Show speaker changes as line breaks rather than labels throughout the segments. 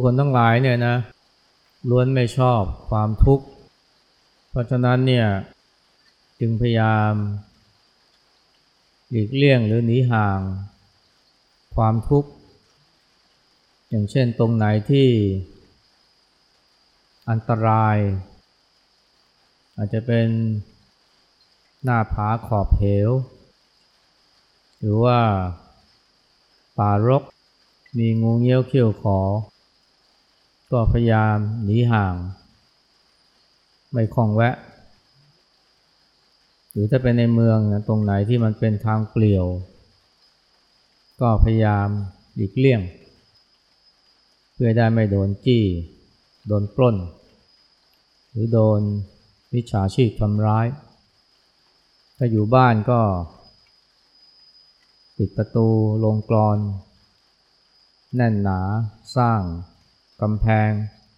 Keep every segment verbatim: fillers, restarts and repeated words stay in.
คนทั้งหลายเนี่ยนะล้วนไม่ชอบความทุกข์เพราะฉะนั้นเนี่ยจึงพยายามหลีกเลี่ยงหรือหนีห่างความทุกข์อย่างเช่นตรงไหนที่อันตรายอาจจะเป็นหน้าผาขอบเหวหรือว่าป่ารกมีงูเงี้ยวเขี้ยวขอก็พยายามหนีห่างไม่คล้องแวะหรือถ้าเป็นในเมืองนะตรงไหนที่มันเป็นทางเปลี่ยวก็พยายามหลีกเลี่ยงเพื่อได้ไม่โดนจี้โดนปล้นหรือโดนมิจฉาชีพทำร้ายถ้าอยู่บ้านก็ปิดประตูโรงกลอนแน่นหนาสร้างกำแพง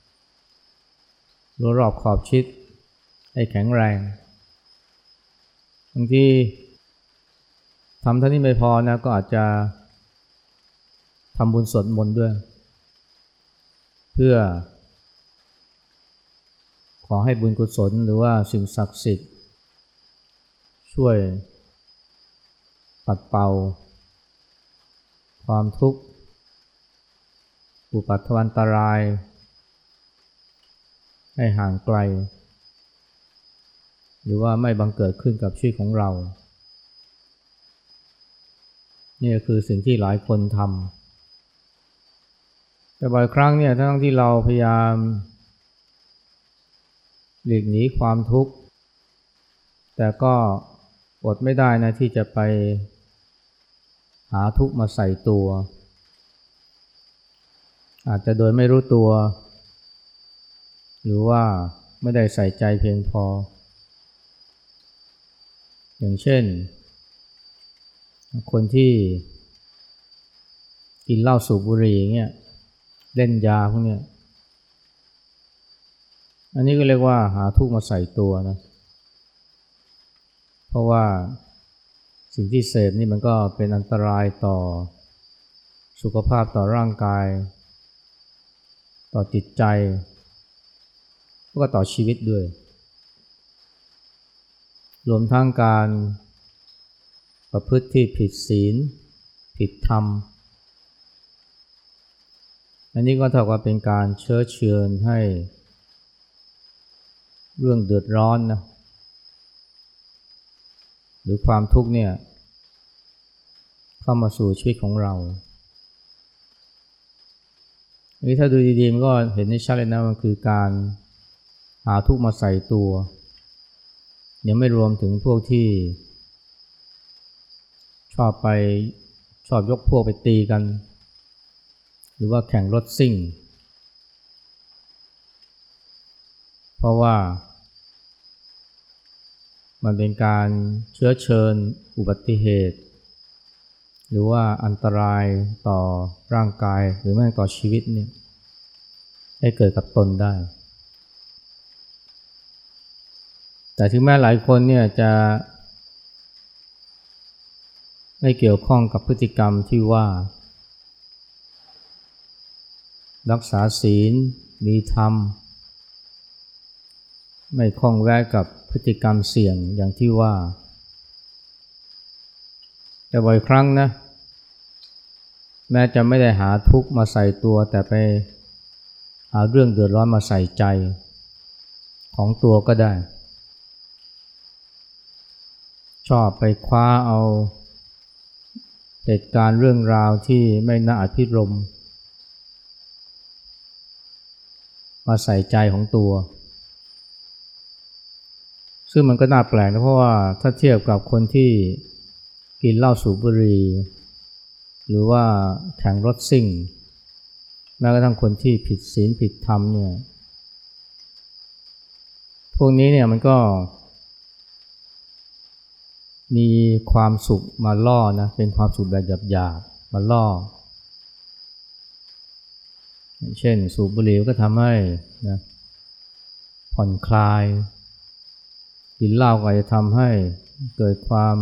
รั้วรอบขอบชิดให้แข็งแรงบางทีทำเท่านี้ไม่พอนะก็อาจจะทำบุญสวดมนต์ด้วยเพื่อขอให้บุญกุศลหรือว่าสิ่งศักดิ์สิทธิ์ช่วยปัดเป่าความทุกข์อุปัฏฐันตรายให้ห่างไกลหรือว่าไม่บังเกิดขึ้นกับชีวิตของเรานี่คือสิ่งที่หลายคนทำแต่บ่อยครั้งเนี่ยทั้งที่เราพยายามหลีกหนีความทุกข์แต่ก็อดไม่ได้นะที่จะไปหาทุกข์มาใส่ตัวอาจจะโดยไม่รู้ตัวหรือว่าไม่ได้ใส่ใจเพียงพออย่างเช่นคนที่กินเหล้าสูบบุหรี่อย่างเงี้ยเล่นยาพวกเนี้ยอันนี้ก็เรียกว่าหาทุกข์มาใส่ตัวนะเพราะว่าสิ่งที่เสพนี่มันก็เป็นอันตรายต่อสุขภาพต่อร่างกายต่อจิตใจแล้วก็ต่อชีวิตด้วยรวมทั้งการประพฤติที่ผิดศีลผิดธรรมอันนี้ก็เท่ากับเป็นการเชื้อเชิญให้เรื่องเดือดร้อนนะหรือความทุกข์เนี่ยเข้ามาสู่ชีวิตของเราอันนี้ถ้าดูดีๆมันก็เห็นได้ชัดเลยนะมันคือการหาทุกข์มาใส่ตัวยังไม่รวมถึงพวกที่ชอบไปชอบยกพวกไปตีกันหรือว่าแข่งรถซิ่งเพราะว่ามันเป็นการเชื้อเชิญอุบัติเหตุหรือว่าอันตรายต่อร่างกายหรือแม้ต่อชีวิตเนี่ยให้เกิดกับตนได้แต่ถึงแม้หลายคนเนี่ยจะไม่เกี่ยวข้องกับพฤติกรรมที่ว่ารักษาศีลมีธรรมไม่คล้องแวะกับพฤติกรรมเสี่ยงอย่างที่ว่าแต่บ่อยครั้งนะแม้จะไม่ได้หาทุกข์มาใส่ตัวแต่ไปหาเรื่องเดือดร้อนมาใส่ใจของตัวก็ได้ชอบไปคว้าเอาเหตุการณ์เรื่องราวที่ไม่น่าอภิรมย์มาใส่ใจของตัวซึ่งมันก็น่าแปลกนะเพราะว่าถ้าเทียบกับคนที่กินเหล้าสูบบุหรี่หรือว่าแข่งรถซิ่งแม้กระทั่งคนที่ผิดศีลผิดธรรมเนี่ยพวกนี้เนี่ยมันก็มีความสุขมาล่อนะเป็นความสุขแบบหยาบๆมาล่อเช่นสูบบุหรี่ก็ทำให้นะผ่อนคลายกินเหล้าก็จะทำให้เกิดความ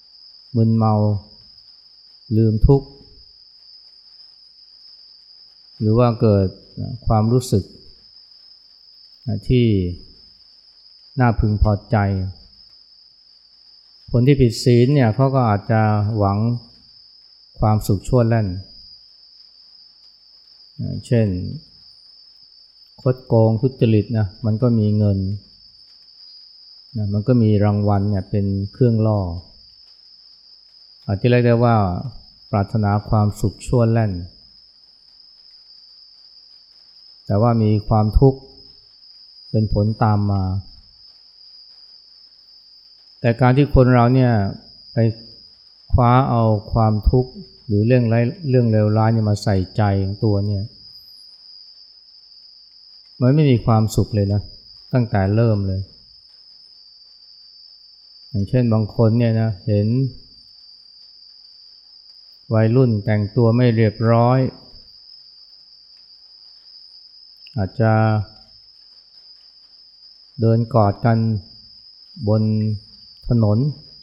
มึนเมาลืมทุกข์หรือว่าเกิดความรู้สึกที่น่าพึงพอใจคนที่ผิดศีลเนี่ยเขาก็อาจจะหวังความสุขชั่วแล่นเช่นคดโกงทุจริตนะมันก็มีเงินนะมันก็มีรางวัลเนี่ยเป็นเครื่องล่ออาจจะเรียกได้ว่าปรารถนาความสุขชั่วแล่นแต่ว่ามีความทุกข์เป็นผลตามมาแต่การที่คนเราเนี่ยไปคว้าเอาความทุกข์หรือเรื่องร้ายเรื่องเลวร้ายเนี่ยมาใส่ใจของตัวเนี่ยมันไม่มีความสุขเลยนะตั้งแต่เริ่มเลยอย่างเช่นบางคนเนี่ยนะเห็นวัยรุ่นแต่งตัวไม่เรียบร้อยอาจจะเดินกอดกันบนถนน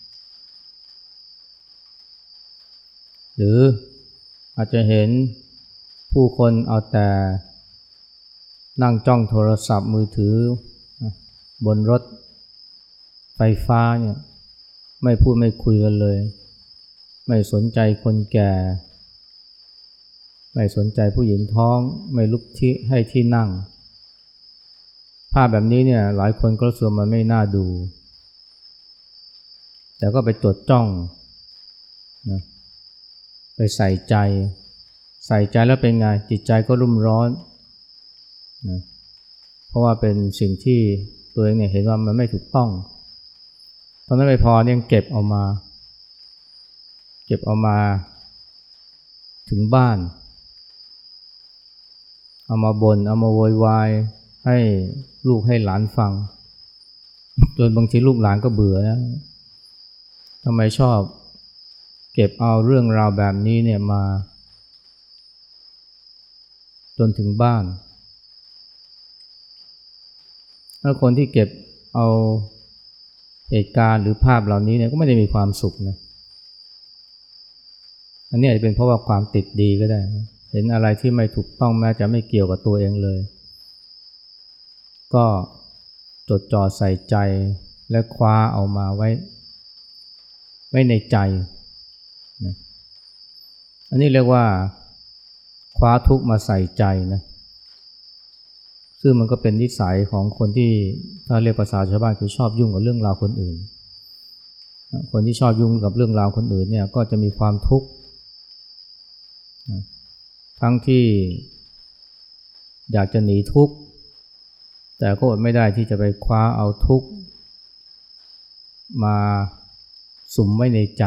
หรืออาจจะเห็นผู้คนเอาแต่นั่งจ้องโทรศัพท์มือถือบนรถไฟฟ้าเนี่ยไม่พูดไม่คุยกันเลยไม่สนใจคนแก่ไม่สนใจผู้หญิงท้องไม่ลุกที่ให้ที่นั่งภาพแบบนี้เนี่ยหลายคนก็รู้สึกมันไม่น่าดูแต่ก็ไปจดจ้องนะไปใส่ใจใส่ใจแล้วเป็นไงจิตใจก็รุ่มร้อนนะเพราะว่าเป็นสิ่งที่ตัวเองเนี่ยเห็นว่ามันไม่ถูกต้องตอนนั้นไม่พอเนี่ยเก็บเอามาเก็บเอามาถึงบ้านเอามาบ่นเอามาโวยวายให้ลูกให้หลานฟังจนบางทีลูกหลานก็เบื่อนะทำไมชอบเก็บเอาเรื่องราวแบบนี้เนี่ยมาจนถึงบ้านถ้าคนที่เก็บเอาเหตุการณ์หรือภาพเหล่านี้เนี่ยก็ไม่ได้มีความสุขนะอันนี้อาจจะเป็นเพราะว่าความติดดีก็ได้เห็นอะไรที่ไม่ถูกต้องแม้จะไม่เกี่ยวกับตัวเองเลยก็จดจ่อใส่ใจและคว้าเอามาไว้ไว้ในใจนะอันนี้เรียกว่าคว้าทุกข์มาใส่ใจนะซึ่งมันก็เป็นนิสัยของคนที่ถ้าเรียกภาษาชาวบ้านคือชอบยุ่งกับเรื่องราวคนอื่นคนที่ชอบยุ่งกับเรื่องราวคนอื่นเนี่ยก็จะมีความทุกข์ทั้งที่อยากจะหนีทุกข์แต่ก็อดไม่ได้ที่จะไปคว้าเอาทุกข์มาสุมไว้ในใจ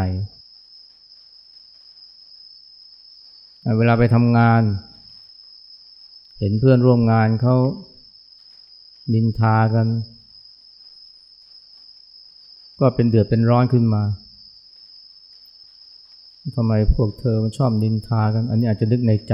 เวลาไปทำงานเห็นเพื่อนร่วมงานเขานินทากันก็เป็นเดือดเป็นร้อนขึ้นมาทำไมพวกเธอมันชอบนินทากันอันนี้อาจจะนึกในใจ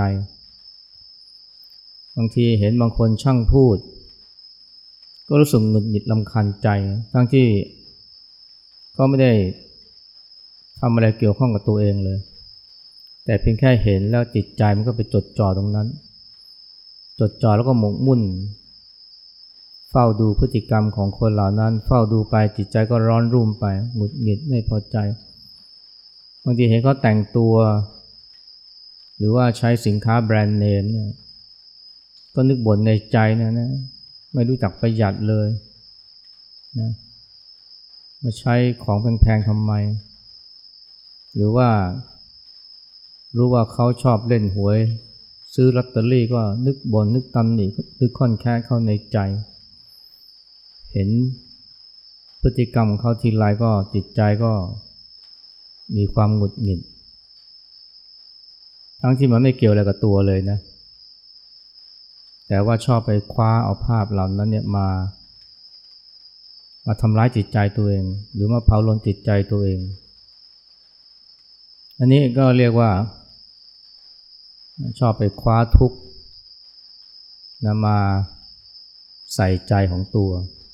บางทีเห็นบางคนช่างพูดก็รู้สึกหงุดหงิดรำคาญใจทั้งที่ก็ไม่ได้ทำอะไรเกี่ยวข้องกับตัวเองเลยแต่เพียงแค่เห็นแล้วจิตใจมันก็ไปจดจ่อตรงนั้นจดจ่อแล้วก็หมกมุ่นเฝ้าดูพฤติกรรมของคนเหล่านั้นเฝ้าดูไปจิตใจก็ร้อนรุ่มไปหงุดหงิดไม่พอใจบางทีเห็นเขาแต่งตัวหรือว่าใช้สินค้าแบรนด์เนมเนี่ยก็นึกบ่นในใจนะนะไม่รู้จักประหยัดเลยนะมาใช้ของแพงๆทำไมหรือว่ารู้ว่าเขาชอบเล่นหวยซื้อลอตเตอรี่ก็นึกบ่นนึกตำหนินึกค่อนแค้นเข้าในใจเห็นพฤติกรรมของเขาทีไรก็จิตใจก็มีความหงุดหงิดทั้งที่มันไม่เกี่ยวอะไรกับตัวเลยนะแต่ว่าชอบไปคว้าเอาภาพเหล่านั้นเนี่ยมามาทำร้ายจิตใจตัวเองหรือมาเผาลนจิตใจตัวเองอันนี้ก็เรียกว่าชอบไปคว้าทุกข์นำมาใส่ใจของตัว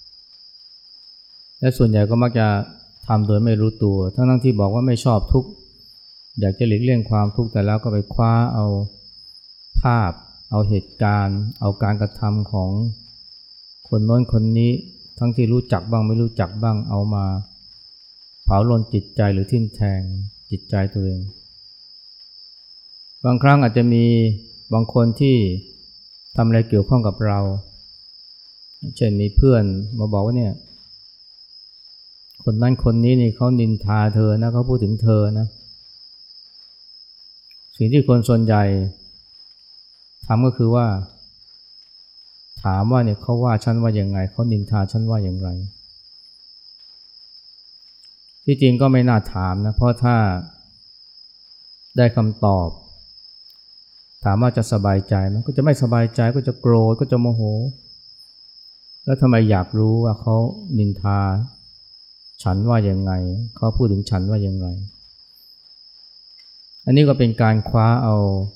และส่วนใหญ่ก็มักจะทำโดยไม่รู้ตัวทั้งทั้งที่บอกว่าไม่ชอบทุกข์อยากจะหลีกเลี่ยงความทุกข์แต่แล้วก็ไปคว้าเอาภาพเอาเหตุการณ์เอาการกระทำของคนโน้นคนนี้ทั้งที่รู้จักบ้างไม่รู้จักบ้างเอามาเผาลนจิตใจหรือทิ่มแทงจิตใจตัวเองบางครั้งอาจจะมีบางคนที่ทำอะไรเกี่ยวข้องกับเราเช่นมีเพื่อนมาบอกว่าเนี่ยคนนั้นคนนี้นี่เขานินทาเธอนะเขาพูดถึงเธอนะสิ่งที่คนส่วนใหญ่ทำก็คือว่าถามว่าเนี่ยเขาว่าฉันว่าอย่างไงเขานินทาฉันว่าอย่างไรที่จริงก็ไม่น่าถามนะเพราะถ้าได้คำตอบถามว่าจะสบายใจไหมก็จะไม่สบายใจก็จะโกรธก็จะโมโหแล้วทำไมอยากรู้ว่าเขานินทาฉันว่าอย่างไงเขาพูดถึงฉันว่าอย่างไรอันนี้ก็เป็นการคว้าเอา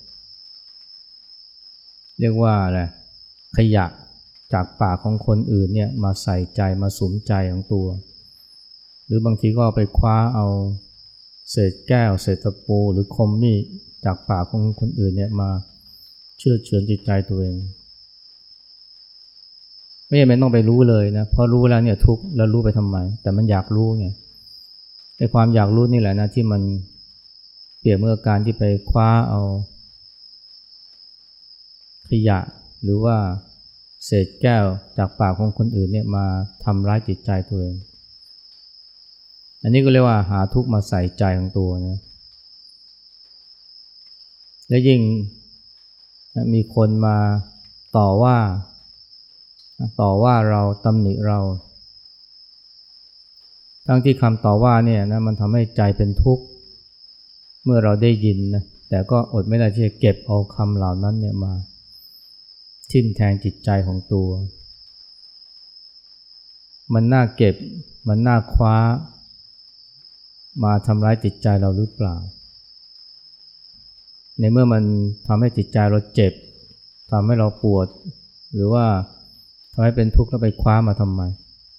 เรียกว่าอะไรขยะจากปากของคนอื่นเนี่ยมาใส่ใจมาสุมใจของตัวหรือบางทีก็ไปคว้าเอาเศษแก้วเศษตะปูหรือคมมีดจากปากของคนอื่นเนี่ยมาเชื่อเฉือนจิตใจตัวเองไม่จำเป็นต้องไปรู้เลยนะเพราะรู้แล้วเนี่ยทุกข์แล้วรู้ไปทำไมแต่มันอยากรู้ไงไอ้ความอยากรู้นี่แหละนะที่มันเปรียบเหมือนการที่ไปคว้าเอาขยะหรือว่าเศษแก้วจากปากของคนอื่นเนี่ยมาทำร้ายจิตใจตัวเองอันนี้ก็เรียกว่าหาทุกข์มาใส่ใจของตัวนะและยิ่งมีคนมาต่อว่าต่อว่าเราตำหนิเราทั้งที่คำต่อว่าเนี่ยนะมันทำให้ใจเป็นทุกข์เมื่อเราได้ยินนะแต่ก็อดไม่ได้ที่จะเก็บเอาคำเหล่านั้นเนี่ยมาทิ่มแทงจิตใจของตัวมันน่าเก็บมันน่าคว้ามาทำร้ายจิตใจเราหรือเปล่าในเมื่อมันทำให้จิตใจเราเจ็บทำให้เราปวดหรือว่าทำให้เป็นทุกข์แล้วไปคว้ามาทำไม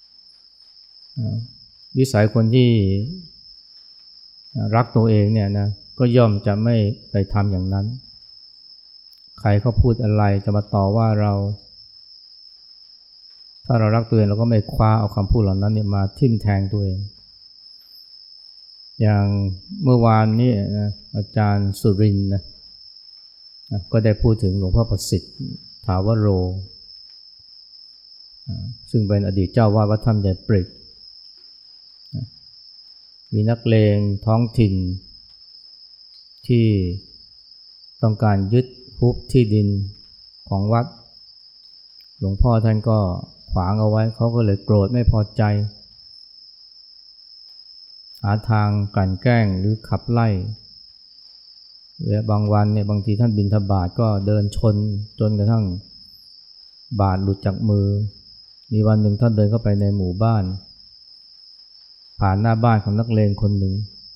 วิสัยคนที่รักตัวเองเนี่ยนะก็ย่อมจะไม่ไปทำอย่างนั้นใครเขาพูดอะไรจะมาต่อว่าเราถ้าเรารักตัวเองเราก็ไม่คว้าเอาคำพูดเหล่านั้นเนี่ยมาทิ่มแทงตัวเองอย่างเมื่อวานนี้นะอาจารย์สุรินทร์นะก็ได้พูดถึงหลวงพ่อประสิทธิ์ถาวโรซึ่งเป็นอดีตเจ้าวาดวัดถ้ำใหญ่ปริกมีนักเลงท้องถิ่นที่ต้องการยึดฮุบที่ดินของวัดหลวงพ่อท่านก็ขวางเอาไว้เขาก็เลยโกรธไม่พอใจหาทางกลั่นแกล้งหรือขับไล่และบางวันเนี่ยบางทีท่านบิณฑบาตก็เดินชนจนกระทั่งบาตรหลุดจากมือมีวันหนึ่งท่านเดินเข้าไปในหมู่บ้านผ่านหน้าบ้านของนักเลงคนหนึ่ง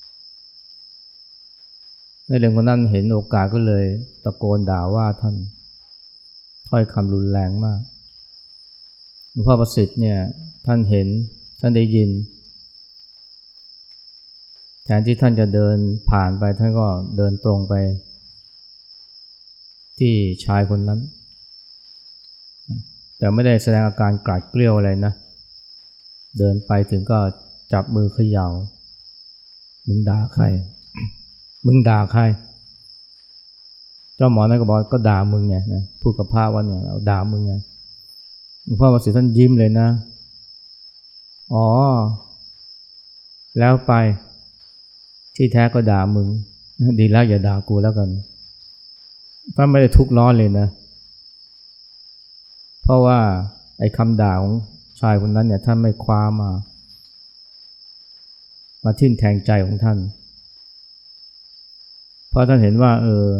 นักเลงคนนั้นเห็นโอกาสก็เลยตะโกนด่าว่าท่านถ้อยคำรุนแรงมากหลวงพ่อประสิทธิ์เนี่ยท่านเห็นท่านได้ยินแทนที่ท่านจะเดินผ่านไปท่านก็เดินตรงไปที่ชายคนนั้นแต่ไม่ได้แสดงอาการกราดเกรี้ยวอะไรนะเดินไปถึงก็จับมือเขย่ามึงด่าใคร มึงด่าใครเจ้าหมอนั่นก็บอกก็ด่ามึงไงนะพูดกับพระว่าเนี่ยเอาด่ามึงไงหลวงพ่อประสิทธิ์ท่านยิ้มเลยนะอ๋อแล้วไปที่แท้ก็ด่ามึงดีแล้วอย่าด่ากูแล้วกันท่านไม่ได้ทุกข์ร้อนเลยนะเพราะว่าไอ้คำด่าของชายคนนั้นเนี่ยท่านไม่คว้ามามาทิ่มแทงใจของท่านเพราะท่านเห็นว่าเออ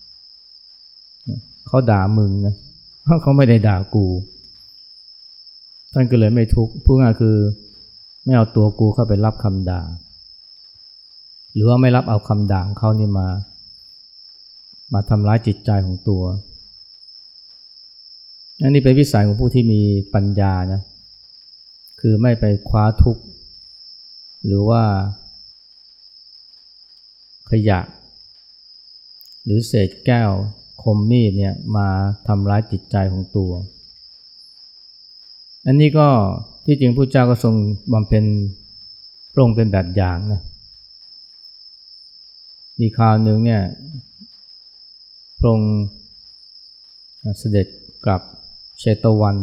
เขาด่ามึงนะเขาไม่ได้ด่ากูท่านก็เลยไม่ทุกข์พูดง่ายคือไม่เอาตัวกูเข้าไปรับคำด่าหรือว่าไม่รับเอาคำด่าของเขานี่มามาทำร้ายจิตใจของตัวอันนี้เป็นวิสัยของผู้ที่มีปัญญานะคือไม่ไปคว้าทุกข์หรือว่าขยะหรือเศษแก้วคมมีดเนี่ยมาทำร้ายจิตใจของตัวอันนี้ก็ที่จริงพระเจ้าก็ทรงบำเพ็ญพระองค์เป็นแบบอย่างนะมีคราวหนึ่งเนี่ยพระองค์เสด็จกลับเชตวัน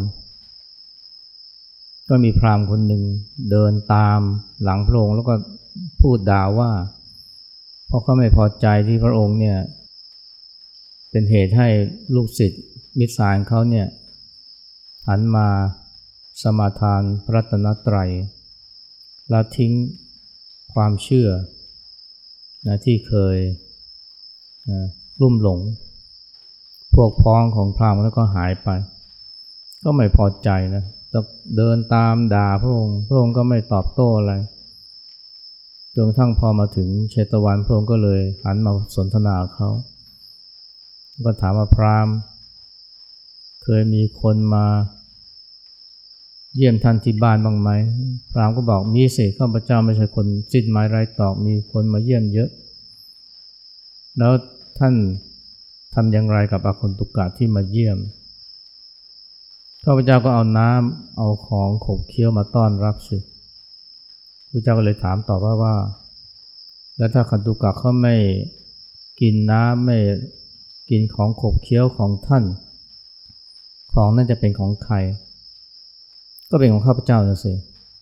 ก็มีพราหมณ์คนหนึ่งเดินตามหลังพระองค์แล้วก็พูดด่าว่าเพราะเขาไม่พอใจที่พระองค์เนี่ยเป็นเหตุให้ลูกศิษย์มิตรสหายเขาเนี่ยหันมาสมาทานพระรัตนตรัยและทิ้งความเชื่อนะที่เคยนะลุ่มหลงพวกพ้องของพราหมณ์แล้วก็หายไปก็ไม่พอใจนะเดินตามด่าพระองค์พระองค์ก็ไม่ตอบโต้อะไรจนกระทั่งพอมาถึงเชตวันพระองค์ก็เลยหันมาสนทนาเขาก็ถามว่าพราหมณ์เคยมีคนมาเยี่ยมท่านที่บ้านบ้างไหมพราหมณ์ก็บอกมีสิข้าพเจ้าไม่ใช่คนสิ้นไม้ไร้ตอกมีคนมาเยี่ยมเยอะแล้วท่านทำอย่างไรกับอาคันตุกะที่มาเยี่ยมข้าพเจ้าก็เอาน้ำเอาของขบเคี้ยวมาต้อนรับสิพระเจ้าก็เลยถามต่อว่าว่าแล้วถ้าคันตุกะเขาไม่กินน้ำไม่กินของขบเคี้ยวของท่านของนั่นจะเป็นของใครก็เป็นของข้าพเจ้านะสิ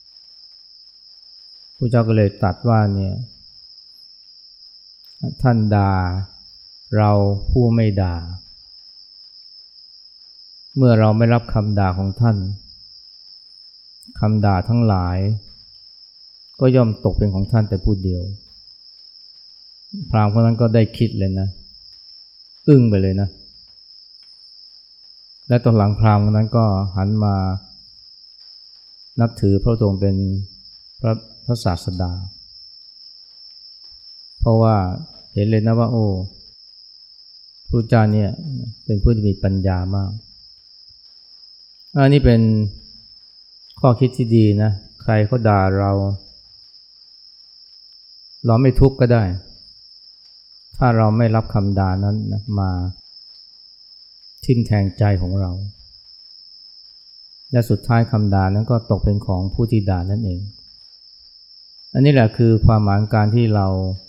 พระเจ้าก็เลยตรัสว่าเนี่ยท่านด่าเราผู้ไม่ด่าเมื่อเราไม่รับคำด่าของท่านคำด่าทั้งหลายก็ย่อมตกเป็นของท่านแต่ผู้เดียวพราหมณ์คนนั้นก็ได้คิดเลยนะอึ้งไปเลยนะและตอนหลังพราหมณ์คนนั้นก็หันมานับถือพระองค์เป็นพระพระศาสดาเพราะว่าเห็นเลยนะว่าโอ้พระเจ้าเนี่ยเป็นผู้ที่มีปัญญามากอันนี้เป็นข้อคิดที่ดีนะใครเขาด่าเราเราไม่ทุกข์ก็ได้ถ้าเราไม่รับคำด่านั้นนะมาทิ่มแทงใจของเราและสุดท้ายคำด่านั้นก็ตกเป็นของผู้ที่ด่านั่นเองอันนี้แหละคือความหมายการที่เรา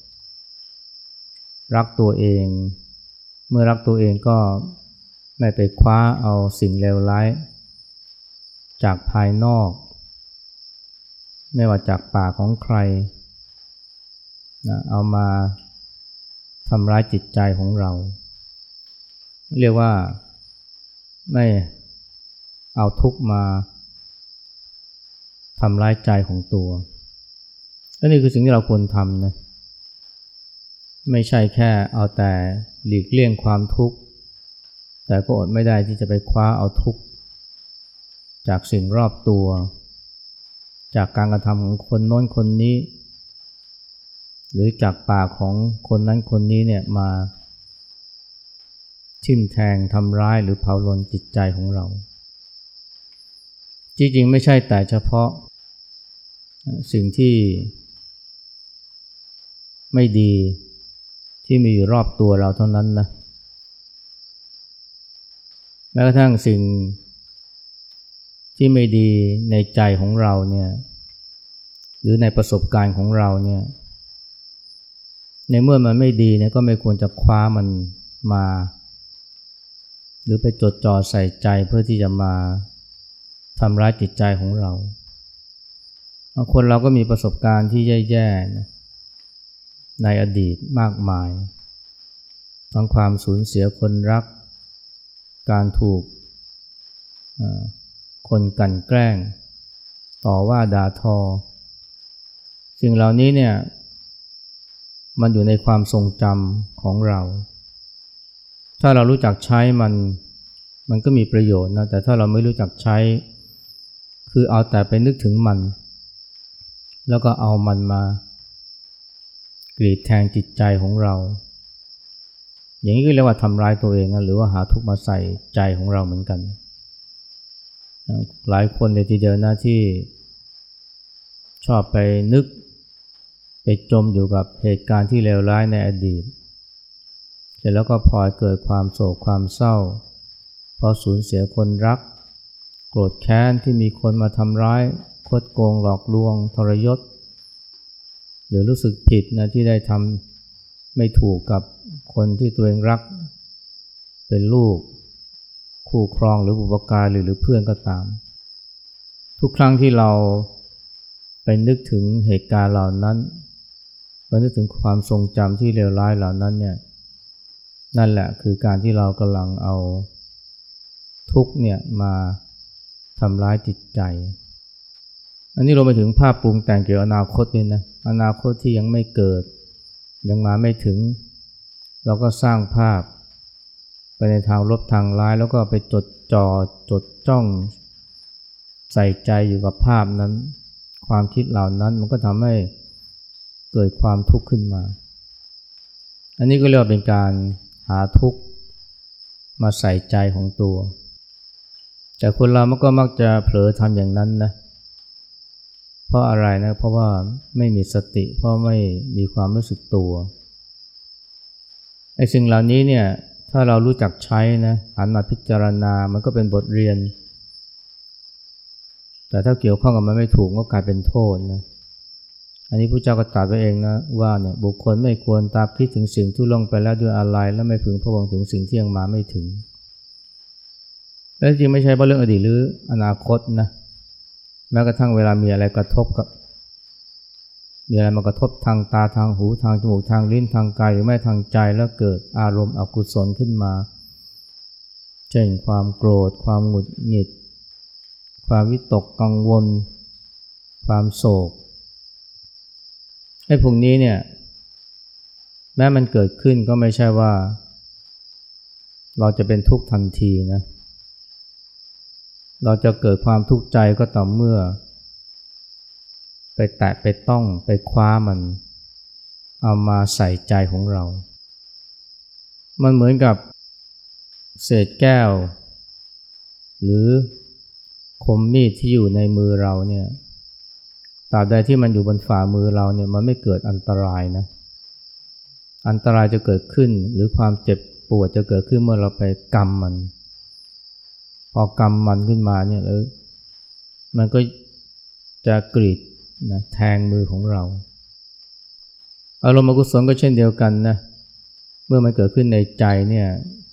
รักตัวเองเมื่อรักตัวเองก็ไม่ไปคว้าเอาสิ่งเลวร้ายจากภายนอกไม่ว่าจากปากของใครนะเอามาทำร้ายจิตใจของเราเรียกว่าไม่เอาทุกข์มาทำร้ายใจของตัวและนี่คือสิ่งที่เราควรทำนะไม่ใช่แค่เอาแต่หลีกเลี่ยงความทุกข์แต่ก็อดไม่ได้ที่จะไปคว้าเอาทุกข์จากสิ่งรอบตัวจากการกระทำของคนโน้นคนนี้หรือจากปากของคนนั้นคนนี้เนี่ยมาทิ่มแทงทำร้ายหรือเผาลนจิตใจของเราจริงๆไม่ใช่แต่เฉพาะสิ่งที่ไม่ดีที่มีอยู่รอบตัวเราเท่านั้นนะแม้กระทั่งสิ่งที่ไม่ดีในใจของเราเนี่ยหรือในประสบการณ์ของเราเนี่ยในเมื่อมันไม่ดีเนี่ยก็ไม่ควรจะคว้ามันมาหรือไปจดจ่อใส่ใจเพื่อที่จะมาทำร้ายจิตใจของเราคนเราก็มีประสบการณ์ที่แย่ๆในอดีตมากมายทั้งความสูญเสียคนรักการถูกคนกลั่นแกล้งต่อว่าด่าทอสิ่งเหล่านี้เนี่ยมันอยู่ในความทรงจำของเราถ้าเรารู้จักใช้มันมันก็มีประโยชน์นะแต่ถ้าเราไม่รู้จักใช้คือเอาแต่ไปนึกถึงมันแล้วก็เอามันมากรีดแทงจิตใจของเราอย่างนี้ก็เรียกว่าทำร้ายตัวเองนะหรือว่าหาทุกข์มาใส่ใจของเราเหมือนกันหลายคนเลยทีเดียวนะที่ชอบไปนึกไปจมอยู่กับเหตุการณ์ที่เลวร้ายในอดีตเสร็จแล้วก็พลอยเกิดความโศกความเศร้าเพราะสูญเสียคนรักโกรธแค้นที่มีคนมาทำร้ายคดโกงหลอกลวงทรยศหรือรู้สึกผิดนะที่ได้ทำไม่ถูกกับคนที่ตัวเองรักเป็นลูกคู่ครองหรือบุพการีหรือเพื่อนก็ตามทุกครั้งที่เราไปนึกถึงเหตุการณ์เหล่านั้นไปนึกถึงความทรงจำที่เลวร้ายเหล่านั้นเนี่ยนั่นแหละคือการที่เรากำลังเอาทุกข์เนี่ยมาทำร้ายจิตใจอันนี้เราไปถึงภาพปรุงแต่งเกี่ยวกับอนาคตด้วยนะอนาคตที่ยังไม่เกิดยังมาไม่ถึงเราก็สร้างภาพไปในทางลบทางร้ายแล้วก็ไปจดจ่อจดจ้องใส่ใจอยู่กับภาพนั้นความคิดเหล่านั้นมันก็ทำให้เกิดความทุกข์ขึ้นมาอันนี้ก็เรียกว่าเป็นการหาทุกข์มาใส่ใจของตัวแต่คนเรามันก็มักจะเผลอทำอย่างนั้นนะเพราะอะไรนะเพราะว่าไม่มีสติเพราะไม่มีความรู้สึกตัวไอ้สิ่งเหล่านี้เนี่ยถ้าเรารู้จักใช้นะหันมาพิจารณามันก็เป็นบทเรียนแต่ถ้าเกี่ยวข้องกับมันไม่ถูกก็กลายเป็นโทษนะอันนี้พระเจ้าก็ตรัสไว้เองนะว่าเนี่ยบุคคลไม่ควรตามคิดถึงสิ่งที่ล่วงไปแล้วด้วยอะไรและไม่พึงพะวงถึงสิ่งที่ยังมาไม่ถึงและจริงไม่ใช่เพราะเรื่องอดีตหรืออนาคตนะแม้กระทั่งเวลามีอะไรกระทบกับมีอะไรมากระทบทางตาทางหูทางจมูกทางลิ้นทางกายหรือไม่ทางใจแล้วเกิดอารมณ์อกุศลขึ้นมาเช่นความโกรธความหงุดหงิดความวิตกกังวลความโศกไอ้พวกนี้เนี่ยแม้มันเกิดขึ้นก็ไม่ใช่ว่าเราจะเป็นทุกข์ทันทีนะเราจะเกิดความทุกข์ใจก็ต่อเมื่อไปแตะไปต้องไปคว้ามันเอามาใส่ใจของเรามันเหมือนกับเศษแก้วหรือคมมีดที่อยู่ในมือเราเนี่ยตราบใดที่มันอยู่บนฝ่ามือเราเนี่ยมันไม่เกิดอันตรายนะอันตรายจะเกิดขึ้นหรือความเจ็บปวดจะเกิดขึ้นเมื่อเราไปกำมันพอกำมันขึ้นมาเนี่ยแล้วมันก็จะกรีดนะแทงมือของเราอารมณ์อกุศลก็เช่นเดียวกันนะเมื่อมันเกิดขึ้นในใจเนี่ย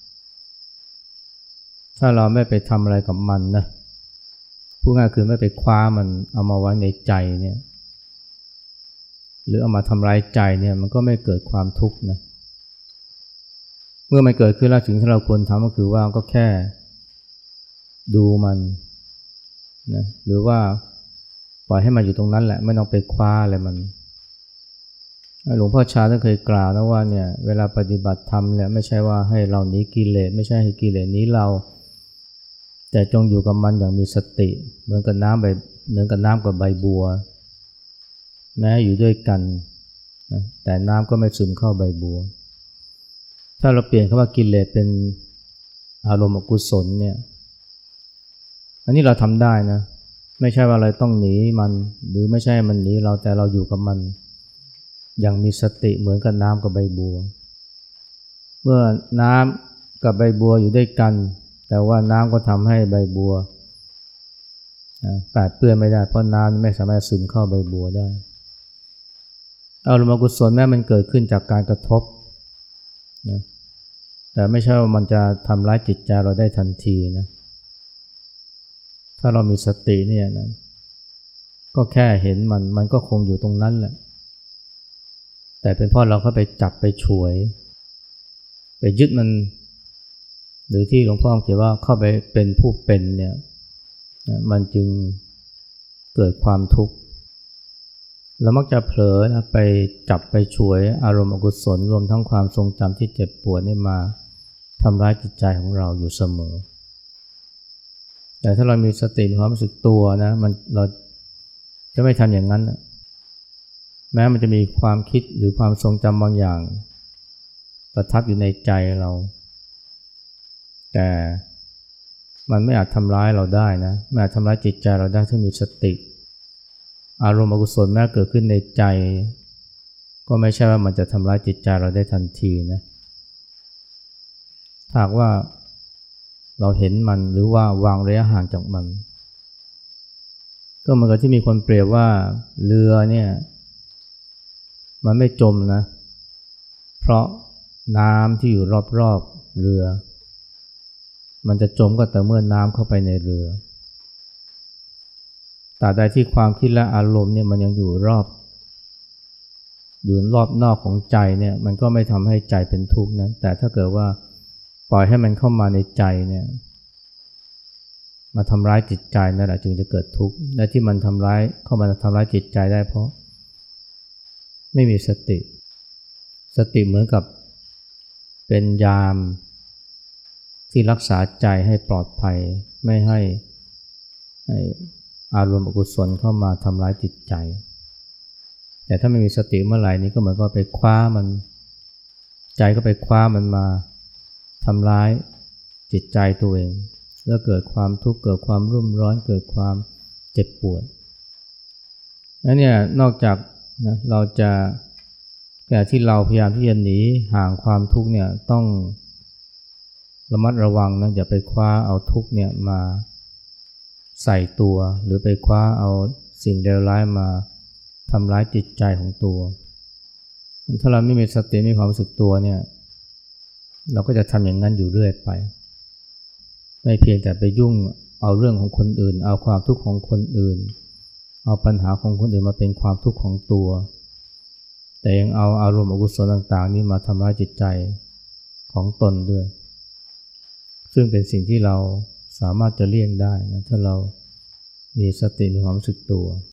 ถ้าเราไม่ไปทำอะไรกับมันนะพูดง่ายคือไม่ไปคว้ามันเอามาไว้ในใจเนี่ยหรือเอามาทำร้ายใจเนี่ยมันก็ไม่เกิดความทุกข์นะเมื่อมันเกิดขึ้นแล้วสิ่งที่เราควรทำก็คือว่าก็แค่ดูมันนะหรือว่าปล่อยให้มันอยู่ตรงนั้นแหละไม่ต้องไปคว้าอะไรมันหลวงพ่อชาท่านเคยกล่าวนะว่าเนี่ยเวลาปฏิบัติธรรมเนี่ยไม่ใช่ว่าให้เราหนีกิเลสไม่ใช่ให้กิเลสหนีเราแต่จงอยู่กับมันอย่างมีสติเหมือนกับน้ำใบเหมือนกับน้ำกับใบบัวแม้อยู่ด้วยกันนะแต่น้ำก็ไม่ซึมเข้าใบบัวถ้าเราเปลี่ยนคำว่ากิเลสเป็นอารมณ์อกุศลเนี่ยอันนี้เราทำได้นะไม่ใช่ว่าเราต้องหนีมันหรือไม่ใช่มันหนีเราแต่เราอยู่กับมันอย่างมีสติเหมือนกับน้ำกับใบบัวเมื่อน้ำกับใบบัวอยู่ด้วยกันแต่ว่าน้ำก็ทำให้ใบบัวแปดเปื้อนไม่ได้เพราะน้ำไม่สามารถซึมเข้าใบบัวได้อารมณ์อกุศลแม้มันเกิดขึ้นจากการกระทบนะแต่ไม่ใช่ว่ามันจะทำร้ายจิตใจเราได้ทันทีนะถ้าเรามีสติเนี่ยนะก็แค่เห็นมันมันก็คงอยู่ตรงนั้นแหละแต่เป็นเพราะเราเข้าไปจับไปฉวยไปยึดมันหรือที่หลวงพ่อเขียนว่าเข้าไปเป็นผู้เป็นเนี่ยมันจึงเกิดความทุกข์เรามักจะเผลอนะไปจับไปฉวยอารมณ์อกุศลรวมทั้งความทรงจำที่เจ็บปวดนี่มาทำร้ายจิตใจของเราอยู่เสมอแต่ถ้าเรามีสติมีความรู้สึกตัวนะมันเราจะไม่ทำอย่างนั้นนะแม้มันจะมีความคิดหรือความทรงจำบางอย่างประทับอยู่ในใจเราแต่มันไม่อาจทำร้ายเราได้นะไม่อาจทำร้ายจิตใจเราได้ถ้ามีสติอารมณ์อกุศลแม้เกิดขึ้นในใจก็ไม่ใช่ว่ามันจะทำร้ายจิตใจเราได้ทันทีนะถ้าหากว่าเราเห็นมันหรือว่าวางระยะห่างจากมันก็เหมือนกับที่มีคนเปรียบว่าเรือเนี่ยมันไม่จมนะเพราะน้ำที่อยู่รอบๆเรือมันจะจมก็แต่เมื่อน้ำเข้าไปในเรือตราบใดที่ความคิดและอารมณ์เนี่ยมันยังอยู่รอบอยู่รอบนอกของใจเนี่ยมันก็ไม่ทำให้ใจเป็นทุกข์นะแต่ถ้าเกิดว่าปล่อยให้มันเข้ามาในใจเนี่ยมาทำร้ายจิตใจนั่นแหละจึงจะเกิดทุกข์และที่มันทำร้ายเข้ามาทำร้ายจิตใจได้เพราะไม่มีสติสติเหมือนกับเป็นยามที่รักษาใจให้ปลอดภัยไม่ให้ให้อารมณ์อกุศลเข้ามาทำร้ายจิตใจแต่ถ้าไม่มีสติเมื่อไหร่นี้ก็เหมือนก็ไปคว้ามันใจก็ไปคว้ามันมาทำร้ายจิตใจตัวเองแล้วเกิดความทุกข์เกิดความรุ่มร้อนเกิดความเจ็บปวดแล้วเนี่ยนอกจากนะเราจะแต่ที่เราพยายามที่จะหนีห่างความทุกข์เนี่ยต้องระมัดระวังนะอย่าไปคว้าเอาทุกข์เนี่ยมาใส่ตัวหรือไปคว้าเอาสิ่งเลวร้ายมาทำร้ายจิตใจของตัวถ้าเราไม่มีสติไม่มีความรู้สึกตัวเนี่ยเราก็จะทำอย่างนั้นอยู่เรื่อยไปไม่เพียงแต่ไปยุ่งเอาเรื่องของคนอื่นเอาความทุกข์ของคนอื่นเอาปัญหาของคนอื่นมาเป็นความทุกข์ของตัวแต่ยังเอาอารมณ์อกุศลต่างๆนี้มาทำร้ายจิตใจของตนด้วยซึ่งเป็นสิ่งที่เราสามารถจะเลี่ยงได้นะถ้าเรามีสติมีความรู้สึกตัว